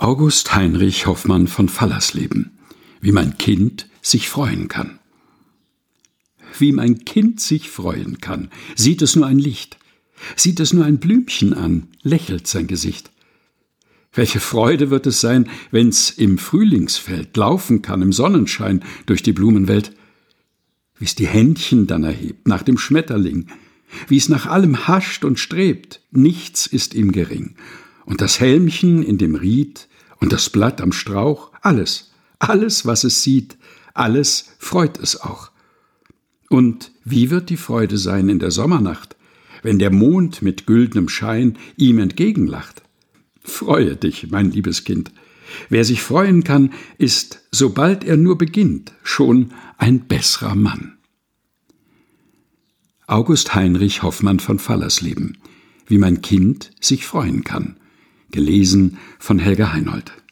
August Heinrich Hoffmann von Fallersleben. Wie mein Kind sich freuen kann. Wie mein Kind sich freuen kann, sieht es nur ein Licht, sieht es nur ein Blümchen an, lächelt sein Gesicht. Welche Freude wird es sein, wenn's im Frühlingsfeld laufen kann, im Sonnenschein durch die Blumenwelt. Wie's die Händchen dann erhebt nach dem Schmetterling, wie's nach allem hascht und strebt, nichts ist ihm gering. Und das Hälmchen in dem Ried und das Blatt am Strauch, alles, was es sieht, alles freut es auch. Und wie wird die Freude sein in der Sommernacht, wenn der Mond mit güldnem Schein ihm entgegenlacht? Freue dich, mein liebes Kind. Wer sich freuen kann, ist, sobald er nur beginnt, schon ein besserer Mann. August Heinrich Hoffmann von Fallersleben. Wie mein Kind sich freuen kann. Gelesen von Helga Heinold.